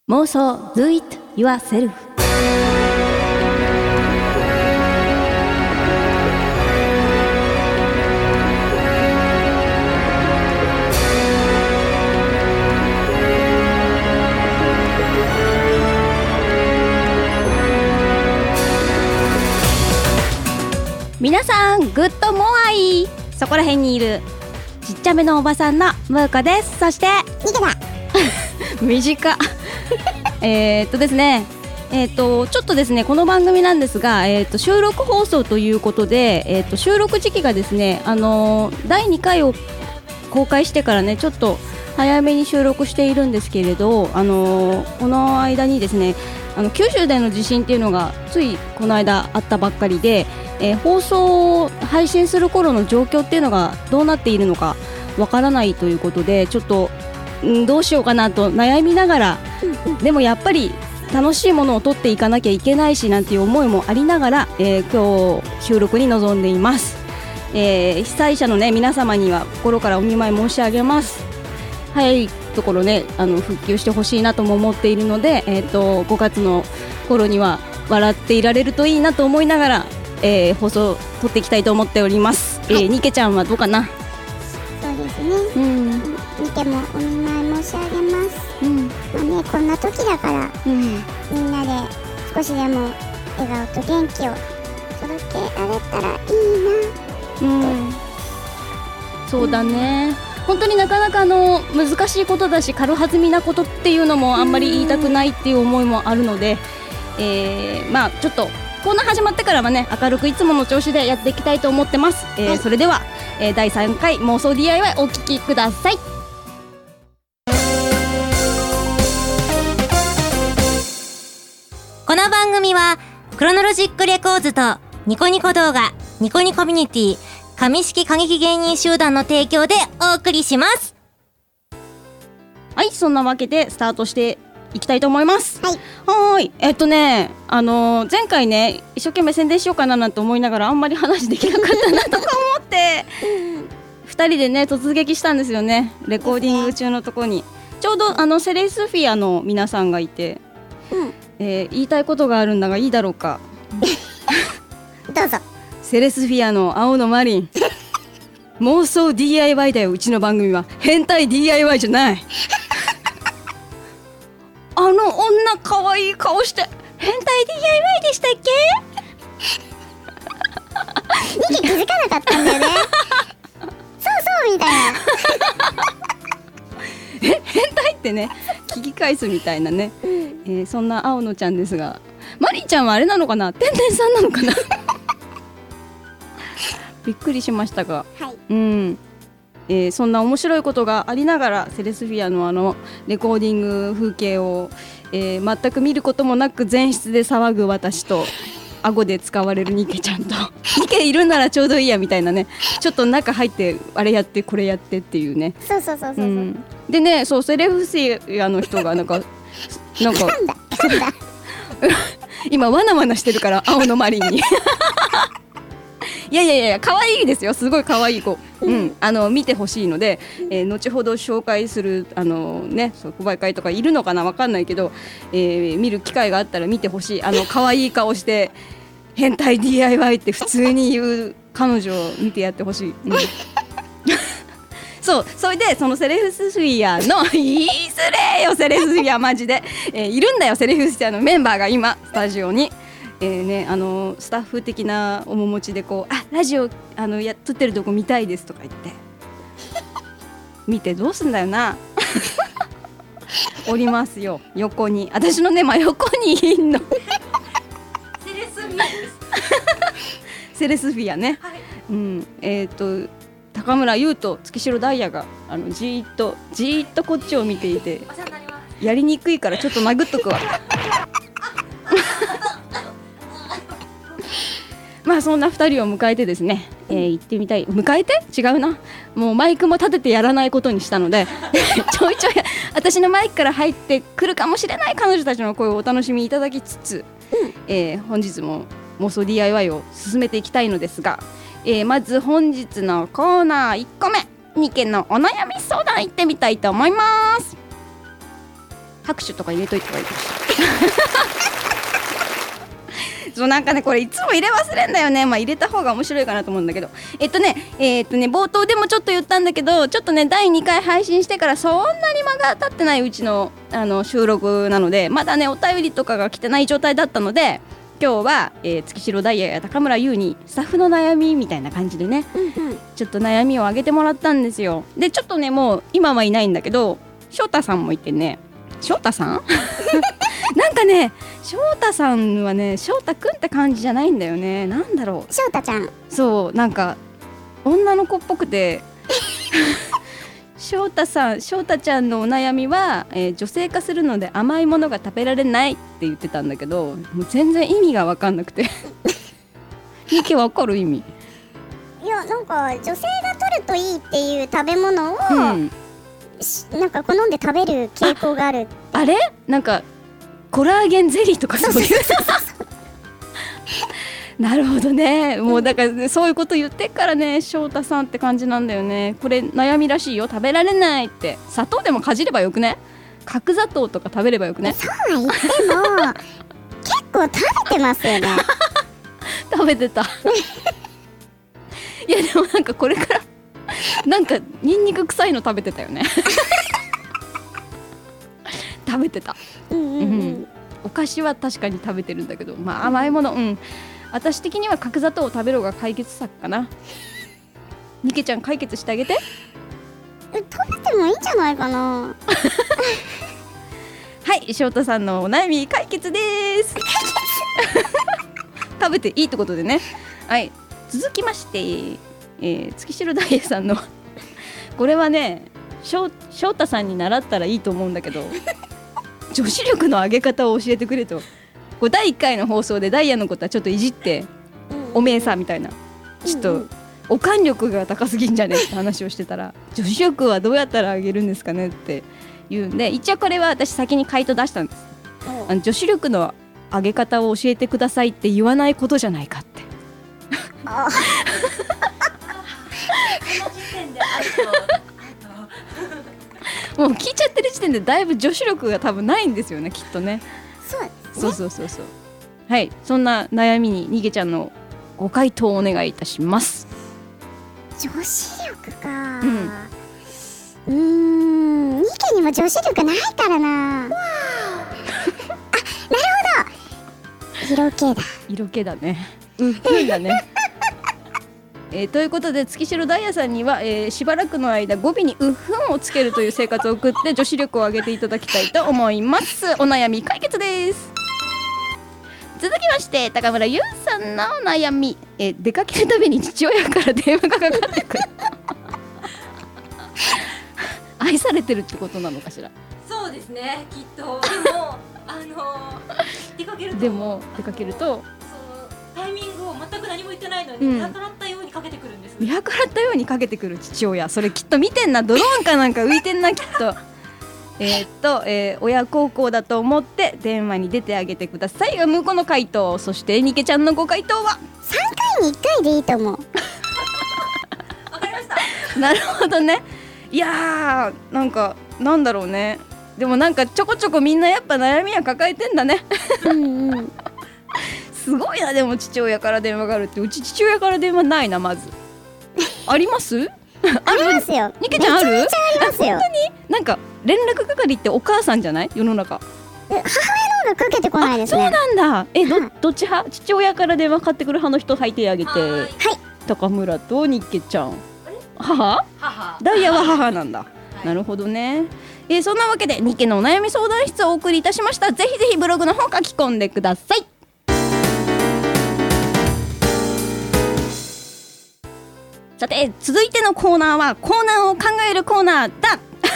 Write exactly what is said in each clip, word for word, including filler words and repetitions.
妄想 Do It Yourself。皆さんグッドモアイ。そこら辺にいるちっちゃめのおばさんのムーコです。そしてニケだ短っえーっとですねえーっとちょっとですねこの番組なんですが、えーっと収録放送ということで、えーっと収録時期がですね、あのー、だいにかいを公開してからねちょっと早めに収録しているんですけれど、あのー、この間にですねあの九州での地震っていうのがついこの間あったばっかりで、えー、放送を配信する頃の状況っていうのがどうなっているのかわからないということで、ちょっとんどうしようかなと悩みながら、でもやっぱり楽しいものを撮っていかなきゃいけないしなんていう思いもありながら、えー、今日収録に臨んでいます。えー、被災者の、ね、皆様には心からお見舞い申し上げます。早いところねあの復旧してほしいなとも思っているので、えー、とごがつの頃には笑っていられるといいなと思いながら、えー、放送を撮っていきたいと思っております。はい、えー、ニケちゃんはどうかな。 そうですね、うん、ニケもお見舞い申し上げます。うん、まあねこんな時だから、うん、みんなで少しでも笑顔と元気を届けられたらいいな、うん、 そうだね、うん、本当になかなかあの難しいことだし軽はずみなことっていうのもあんまり言いたくないっていう思いもあるので、えー、まあちょっとコーナー始まってからはね明るくいつもの調子でやっていきたいと思ってます。えーはい、それでは、えー、だいさんかい妄想 ディーアイワイ お聞きください。 この番組はクロノロジックレコーズとニコニコ動画ニコニコミュニティ上式過激芸人集団の提供でお送りします。 はい、そんなわけでスタートしていきたいと思います。 はい、 はーい、えっとねあのー、前回ね一生懸命宣伝しようかななんて思いながらあんまり話できなかったなとか思ってふたりでね突撃したんですよね。レコーディング中のとこにちょうどあのセレスフィアの皆さんがいて、うんえー、言いたいことがあるんだがいいだろうかどうぞ。 セレスフィアの青のマリン妄想 ディーアイワイ だよ。うちの番組は変態 ディーアイワイ じゃないあの女可愛い顔して変態 ディーアイワイ でしたっけニケ気づかなかったんだよねそうそうみたいなえ変態ってね聞き返すみたいなね、うんえー、そんな青野ちゃんですが、マリンちゃんはあれなのかな、天然さんなのかなびっくりしましたが、はいうんえー、そんな面白いことがありながらセレスフィアのあのレコーディング風景を、えー、全く見ることもなく前室で騒ぐ私と顎で使われるニケちゃんとニケいるならちょうどいいやみたいなね、ちょっと中入ってあれやってこれやってっていうね。 そうそうそうそう、うん、 でねそうセレスフィアの人がなんかなんかなんだなんだ今わなわなしてるから青のマリンにいやいやいや可愛いですよ、すごい可愛い子、うん、あの見てほしいので、えー、後ほど紹介するあのね即売会とかいるのかなわかんないけど、えー、見る機会があったら見てほしい。あの可愛い顔して変態 ディーアイワイ って普通に言う彼女を見てやってほしい、うん、そうそれでそのセレスフィアの言いづれよセレスフィアマジで、えー、いるんだよセレスフィアのメンバーが今スタジオに。えーね、あのスタッフ的な面持ちでこうあラジオあのや撮ってるとこ見たいですとか言って見てどうすんだよなおりますよ横に、私のね真横にいんのセレスフィアですセレスフィアね、はいうんえー、と高村優と月城ダイヤがあのじーっとじーっとこっちを見ていてやりにくいからちょっと殴っとくわまあそんなふたりを迎えてですね、えー、行ってみたい。迎えて違うな、もうマイクも立ててやらないことにしたのでちょいちょい私のマイクから入ってくるかもしれない彼女たちの声をお楽しみいただきつつ、うんえー、本日も妄想 ディーアイワイ を進めていきたいのですが、えー、まず本日のコーナーいっこめ、ニケのお悩み相談行ってみたいと思います。 拍手とか入れといた方がいいかもしれないそうなんかねこれいつも入れ忘れんだよね。まあ入れた方が面白いかなと思うんだけど、えっとねえー、っとね冒頭でもちょっと言ったんだけど、ちょっとねだいにかい配信してからそんなに間が経ってないうちのあの収録なので、まだねお便りとかが来てない状態だったので、今日は、えー、月城ダイヤや高村優にスタッフの悩みみたいな感じでね、うんうん、ちょっと悩みをあげてもらったんですよ。でちょっとねもう今はいないんだけど、翔太さんもいてね、翔太さんなんかね翔太さんはね翔太くんって感じじゃないんだよね。なんだろう、 翔太ちゃん、 そうなんか女の子っぽくて翔太さん翔太ちゃんのお悩みは、えー、女性化するので甘いものが食べられないって言ってたんだけど、もう全然意味が分かんなくてミキ分かる意味？ いやなんか女性が取るといいっていう食べ物を、うん、なんか好んで食べる傾向がある。 あ, あれなんかコラーゲンゼリーとかそういうなるほどね。もうだから、ね、そういうこと言ってっからね翔太さんって感じなんだよね。これ悩みらしいよ。食べられないって。砂糖でもかじればよくね。角砂糖とか食べればよくね。 そうは言っても結構食べてますよね食べてたいやでもなんかこれからなんかニンニク臭いの食べてたよね食べてた、うんうんうんうん、お菓子は確かに食べてるんだけど、まあ甘いもの、うん、私的には角砂糖を食べるが解決策かな。ニケちゃん解決してあげて。 食べてもいいんじゃないかなはい翔太さんのお悩み解決です食べていいってことでね。はい続きまして、えー、月城ダイヤさんのこれはね翔太さんに習ったらいいと思うんだけど女子力の上げ方を教えてくれと。こうだいいっかいの放送でダイヤのことはちょっといじって、うん、おめえさみたいなちょっと、うんうん、おかん力が高すぎんじゃねって話をしてたら女子力はどうやったら上げるんですかねって言うんで、一応これは私先に回答出したんです。あの女子力の上げ方を教えてくださいって言わないことじゃないかってあこの時点であともう聞いちゃってる時点でだいぶ女子力が多分ないんですよねきっとね。 そうですね。 そうそうそうそう。はい、そんな悩みににげちゃんのご回答をお願いいたします。 女子力か、うんうーん、ニケにも女子力ないからな。あ、なるほど。色気だ。 色気だね。うん、うんだね。えー、ということで月城ダイヤさんには、えー、しばらくの間語尾にうっふんをつけるという生活を送って女子力を上げていただきたいと思います。お悩み解決です。続きまして高村優さんの悩み、えー、出かけるたびに父親から電話がかかってくる愛されてるってことなのかしら。 そうですねきっと。でもあのー、出かけるとでも出かけるとタイミングを全く何も言ってないのに、うん、見計らったようにかけてくるんです。 見計らったようにかけてくる父親、それきっと見てんな、ドローンかなんか浮いてんなきっとえっと、えー、親孝行だと思って電話に出てあげてくださいが向こうの回答。そしてニケちゃんのご回答はさんかいにいっかいでいいと思うわかりましたなるほどね。いやーなんかなんだろうね。でもなんかちょこちょこみんなやっぱ悩みは抱えてんだねうんうんすごいな。でも父親から電話があるって。うち父親から電話ないな。まずありますありますよ。 ニケちゃんある？ めちゃめちゃありますよ。 本当になんか連絡係ってお母さんじゃない世の中。 え母親の方がかけてこないですね。 そうなんだ。え ど, どっち派？父親から電話かかってくる派の人履いてあげて。はい。高村とニケちゃん母？母ダイヤは母なんだ、はい、なるほどね。えー、そんなわけでニケのお悩み相談室をお送りいたしました。ぜひぜひブログの方書き込んでください。さて続いてのコーナーはコーナーを考えるコーナーだ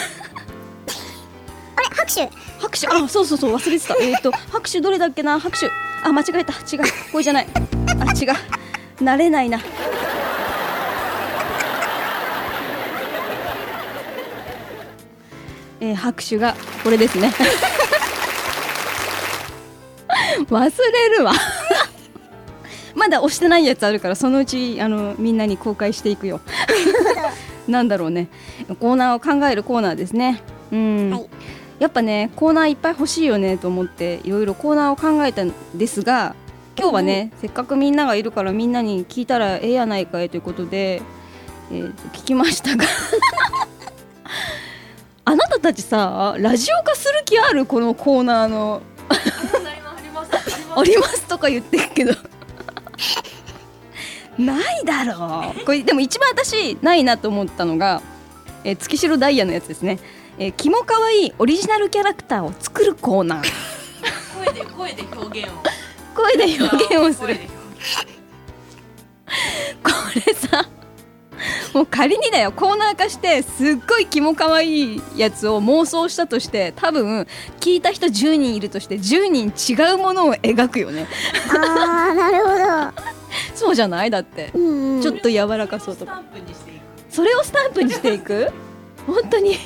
あれ拍手拍手あそうそうそう忘れてたえっと拍手どれだっけな。拍手あ間違えた。違うこれじゃない。あ違う慣れないな。えー、拍手がこれですね忘れるわまだ押してないやつあるからそのうちあのみんなに公開していくよなんだろうね。コーナーを考えるコーナーですね。うん、はい、 やっぱねコーナーいっぱい欲しいよねと思っていろいろコーナーを考えたんですが、今日はね、うん、せっかくみんながいるからみんなに聞いたらええやないかいということで、えー、と聞きましたがあなたたちさラジオ化する気ある？このコーナーのありますありますとか言ってるけどないだろう。これでも一番私ないなと思ったのが、えー、月城ダイヤのやつですね。えー、キモかわいいオリジナルキャラクターを作るコーナー声で声で表現を声で表現をするこれさもう仮にだよコーナー化してすっごいキモかわいいやつを妄想したとして、多分聞いた人じゅうにんいるとしてじゅうにん違うものを描くよね。 あーなるほどそうじゃない？だって、うんうん、ちょっと柔らかそうとかそれをスタンプにしていく本当に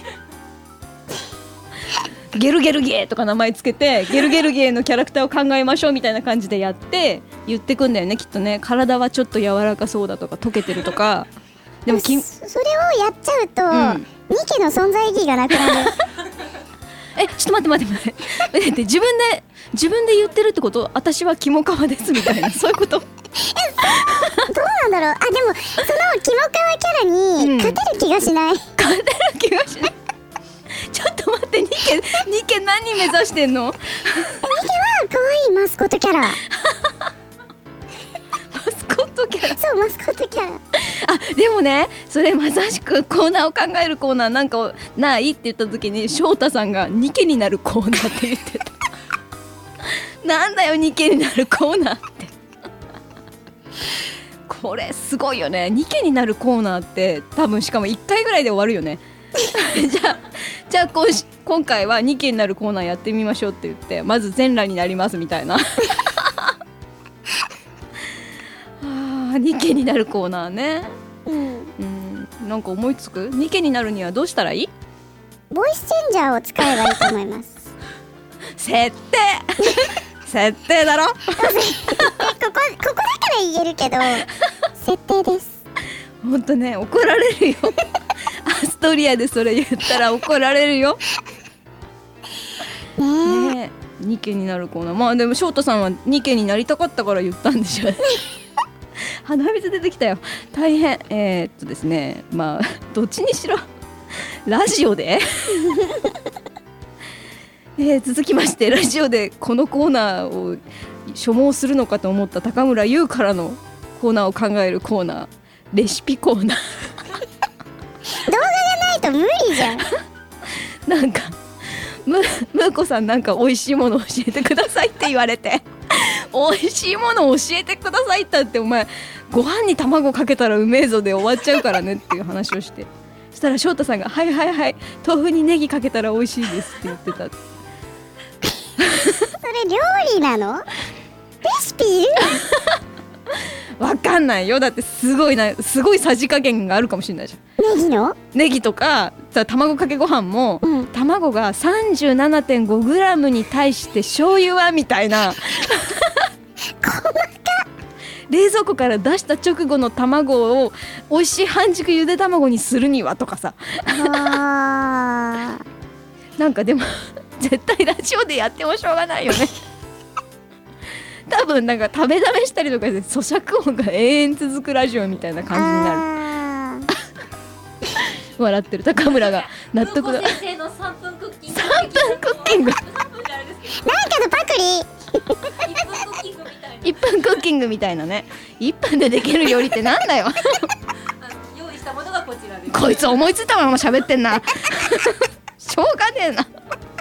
ゲルゲルゲーとか名前つけてゲルゲルゲーのキャラクターを考えましょうみたいな感じでやって言ってくんだよねきっとね。体はちょっと柔らかそうだとか溶けてるとか。でもきそれをやっちゃうと、うん、ニケの存在意義がなくなるえちょっと待って待って待って待って自分で自分で言ってるってこと？私はキモカワですみたいなそういうこと？どうなんだろう。あでもそのキモカワキャラに勝てる気がしない、うん、 勝てる気がしないちょっと待ってニケニケ何目指してんの？ニケは可愛いマスコットキャラマスコットキャラそうマスコットキャラあでもねそれまさしくコーナーを考えるコーナーなんかないって言った時に翔太さんがニケになるコーナーって言ってたなんだよニケになるコーナーってこれすごいよね。ニケになるコーナーって多分しかもいっかいぐらいで終わるよねじゃあじゃあ今, 今回はニケになるコーナーやってみましょうって言ってまず全裸になりますみたいなあニケになるコーナーね、うん、うん、なんか思いつく？ニケになるにはどうしたらいい？ ボイスチェンジャーを使えばいいと思います設定設定だろここ、 ここだから言えるけど設定です。 ほんとね怒られるよアストリアでそれ言ったら怒られるよねえ、ねえニケになるコーナー。まあでも翔太さんはニケになりたかったから言ったんでしょ鼻水出てきたよ大変。えー、っとですねまあどっちにしろラジオでえー、続きましてラジオでこのコーナーを所望するのかと思った高村優からのコーナーを考えるコーナー、レシピコーナー動画がないと無理じゃんなんかむむーこさんなんか美味しいもの教えてくださいって言われて美味しいもの教えてくださいったってお前ご飯に卵かけたらうめえぞで終わっちゃうからねっていう話をして、そしたら翔太さんがはいはいはい豆腐にネギかけたら美味しいですって言ってたそれ料理なの？レシピいる？ わかんないよ。だってすごいなすごいさじ加減があるかもしれないじゃん。 ネギの？ネギとかさ卵かけご飯も、うん、卵が さんじゅうななてんごグラム に対して醤油はみたいな冷蔵庫から出した直後の卵を美味しい半熟ゆで卵にするにはとかさあなんかでも絶対ラジオでやってもしょうがないよね多分なんか食べだめしたりとかで咀嚼音が永遠続くラジオみたいな感じになる笑ってる高村が納得だ。 先生のさんぷんクッキングさんぷんクッキングなんかのパクリいっぷんクッキングみたいなね。いっぷんでできる料理ってなんだよ用意したものがこちらです。 こいつ思いついたまま喋ってんなしょうがねえな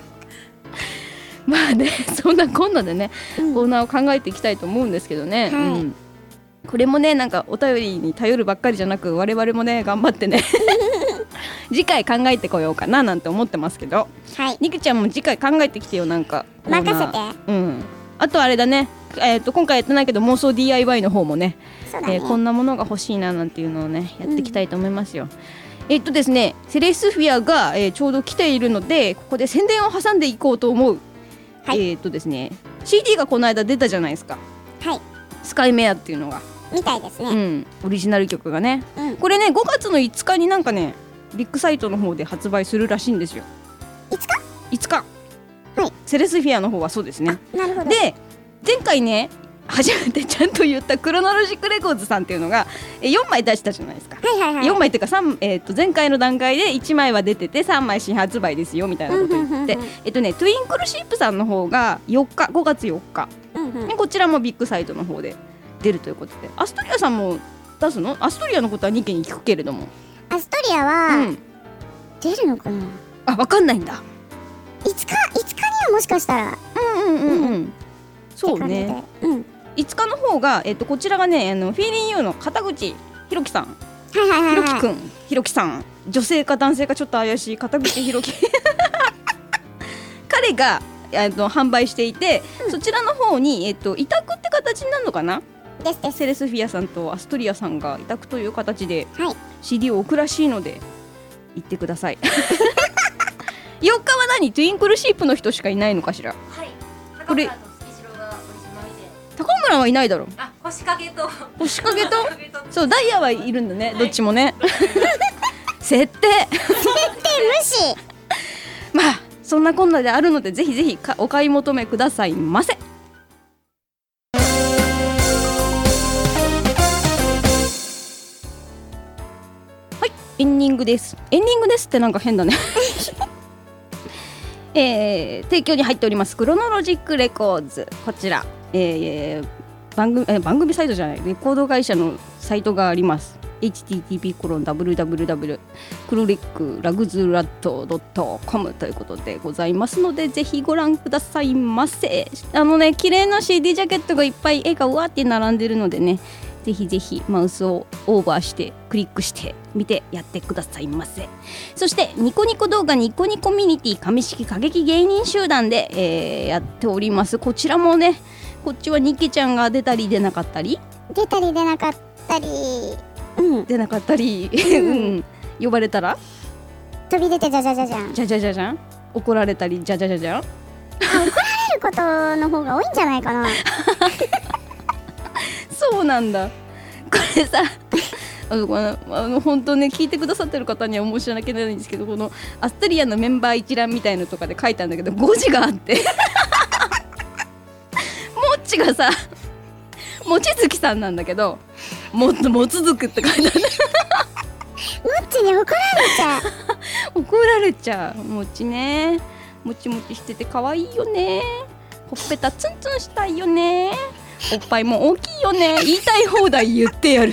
まあねそんなこんなでね、うん、コーナーを考えていきたいと思うんですけどね、はい、うん、これもねなんかお便りに頼るばっかりじゃなく我々もね頑張ってね次回考えてこようかななんて思ってますけど、はい、ニクちゃんも次回考えてきてよ。なんか任せて、 うん、あとあれだね、えー、と今回やってないけど妄想 ディーアイワイ の方も ね, そうだね、 えー、こんなものが欲しいななんていうのをねやっていきたいと思いますよ、うん、えっとですねセレスフィアが、えー、ちょうど来ているのでここで宣伝を挟んでいこうと思う。はい、えっとですね シーディー がこの間出たじゃないですか。 はい、 スカイメアっていうのがみたいですね、 うん、オリジナル曲がね、うん、これねごがつのいつかになんかねビッグサイトの方で発売するらしいんですよ。 いつか？ いつか、 はい、 セレスフィアの方はそうですね。 なるほど。 で前回ね初めてちゃんと言ったクロノロジックレコーズさんっていうのがよんまい出したじゃないですか、 はいはいはい、よんまいっていうかさん、えー、と前回の段階でいちまいは出ててさんまい新発売ですよみたいなこと言ってえっとねトゥインクルシップさんの方がよっかごがつよっか、うんうん、こちらもビッグサイトの方で出るということで、アストリアさんも出すの？アストリアのことはにけに聞くけれども、 アストリアは、うん、出るのかなあ、分かんないんだ。 いつかいつかにはもしかしたらうんうんうんうん、うん、そうね、うん、いつかの方が、えっと、こちらがねあのフィーリンユーの片口ひろきさん、 はいはいはいはい、 ひろきくんひろきさん、女性か男性かちょっと怪しい片口ひろき彼がえっと販売していて、うん、そちらの方に、えっと、委託って形になるのかな。 ですです。 セレスフィアさんとアストリアさんが委託という形ではい、 シーディー を置くらしいので行ってくださいよっかは何？トゥインクルシップの人しかいないのかしら。 はい、高村と月城がおしまいで。 高村はいないだろ。 あ、星影と星影とそうダイヤはいるんだね、はい、どっちもね設定設定無視まあそんなこんなであるのでぜひぜひお買い求めくださいませ。エンディングです。エンディングですってなんか変だね、えー、提供に入っておりますクロノロジックレコーズ、こちら、えー、番組、えー、番組サイトじゃないレコード会社のサイトがあります。 エイチティーティーピーコロンダブリューダブリューダブリュー クロレックラグズラット ドットコム ということでございますのでぜひご覧くださいませ。あのね綺麗な シーディー ジャケットがいっぱい絵がうわって並んでるのでね、ぜひぜひマウスをオーバーしてクリックして見てやってくださいませ。そしてニコニコ動画ニコニコミュニティ上式過激芸人集団で、えー、やっております。こちらもね、こっちはニケちゃんが出たり出なかったり出たり出なかったり、 うん、出なかったり、うん、呼ばれたら飛び出てじゃじゃじゃじゃんじゃじゃじゃじゃん、怒られたりじゃじゃじゃじゃん、あ、 怒られることの方が多いんじゃないかなそうなんだ。これさあのあの本当ね聞いてくださってる方には申し訳ないんですけど、このアストリアのメンバー一覧みたいのとかで書いたんだけどごじがあってもっちがさもちづきさんなんだけどもっともつづくって書いてあるもっちに怒られちゃう怒られちゃう。もちねもちもちしてて可愛いよね、ほっぺたツンツンしたいよね、おっぱいも大きいよね、言いたい放題言ってやる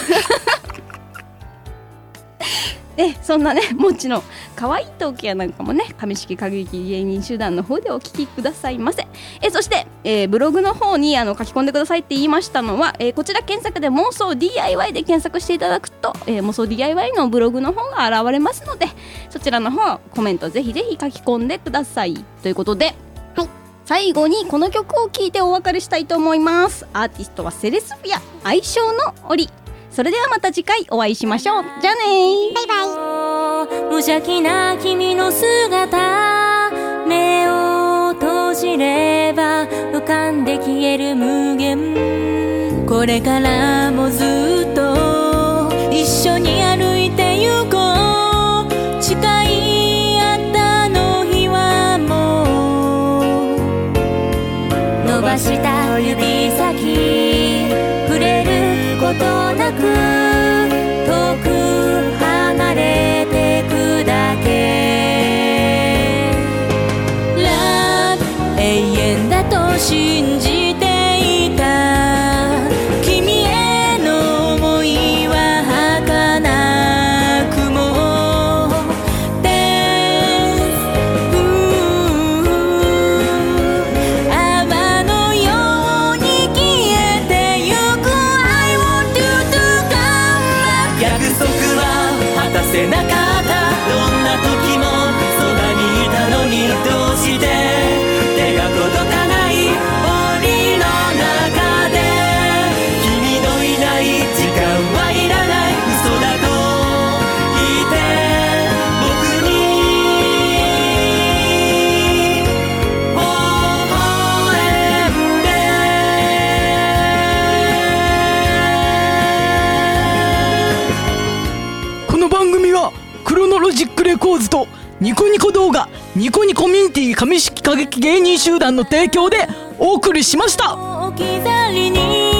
えそんなねもっちの可愛いトークやなんかもね上式歌劇芸人集団の方でお聞きくださいませ。えそして、えー、ブログの方にあの書き込んでくださいって言いましたのは、えー、こちら検索で妄想 ディーアイワイ で検索していただくと、えー、妄想 ディーアイワイ のブログの方が現れますので、そちらの方コメントぜひぜひ書き込んでくださいということで、はい、最後にこの曲を聴いてお別れしたいと思います。アーティストはセレスフィア、愛称の檻。それではまた次回お会いしましょう。じゃあねー、 バイバイ。 無邪気な君の姿、目を閉じれば浮かんで消える無限。これからもずっと一緒に歩いてゆこう。誓い合ったの日はもう伸ばした指先触れることなく遠く離れてくだけ。ラブ永遠だと信じていた君への想いは儚くもデンス泡のように消えてゆく。 I want you to come back。 約束は果たせなかった。どんな時もそばにいたのにどうして手が届かない檻の中で。君のいない時間はいらない。嘘だと言って僕に微笑んで。 この番組はクロノロジックレコーズとニコニコ動画ニコニコミュニティ紙式歌劇芸人集団の提供でお送りしました。 置き去りに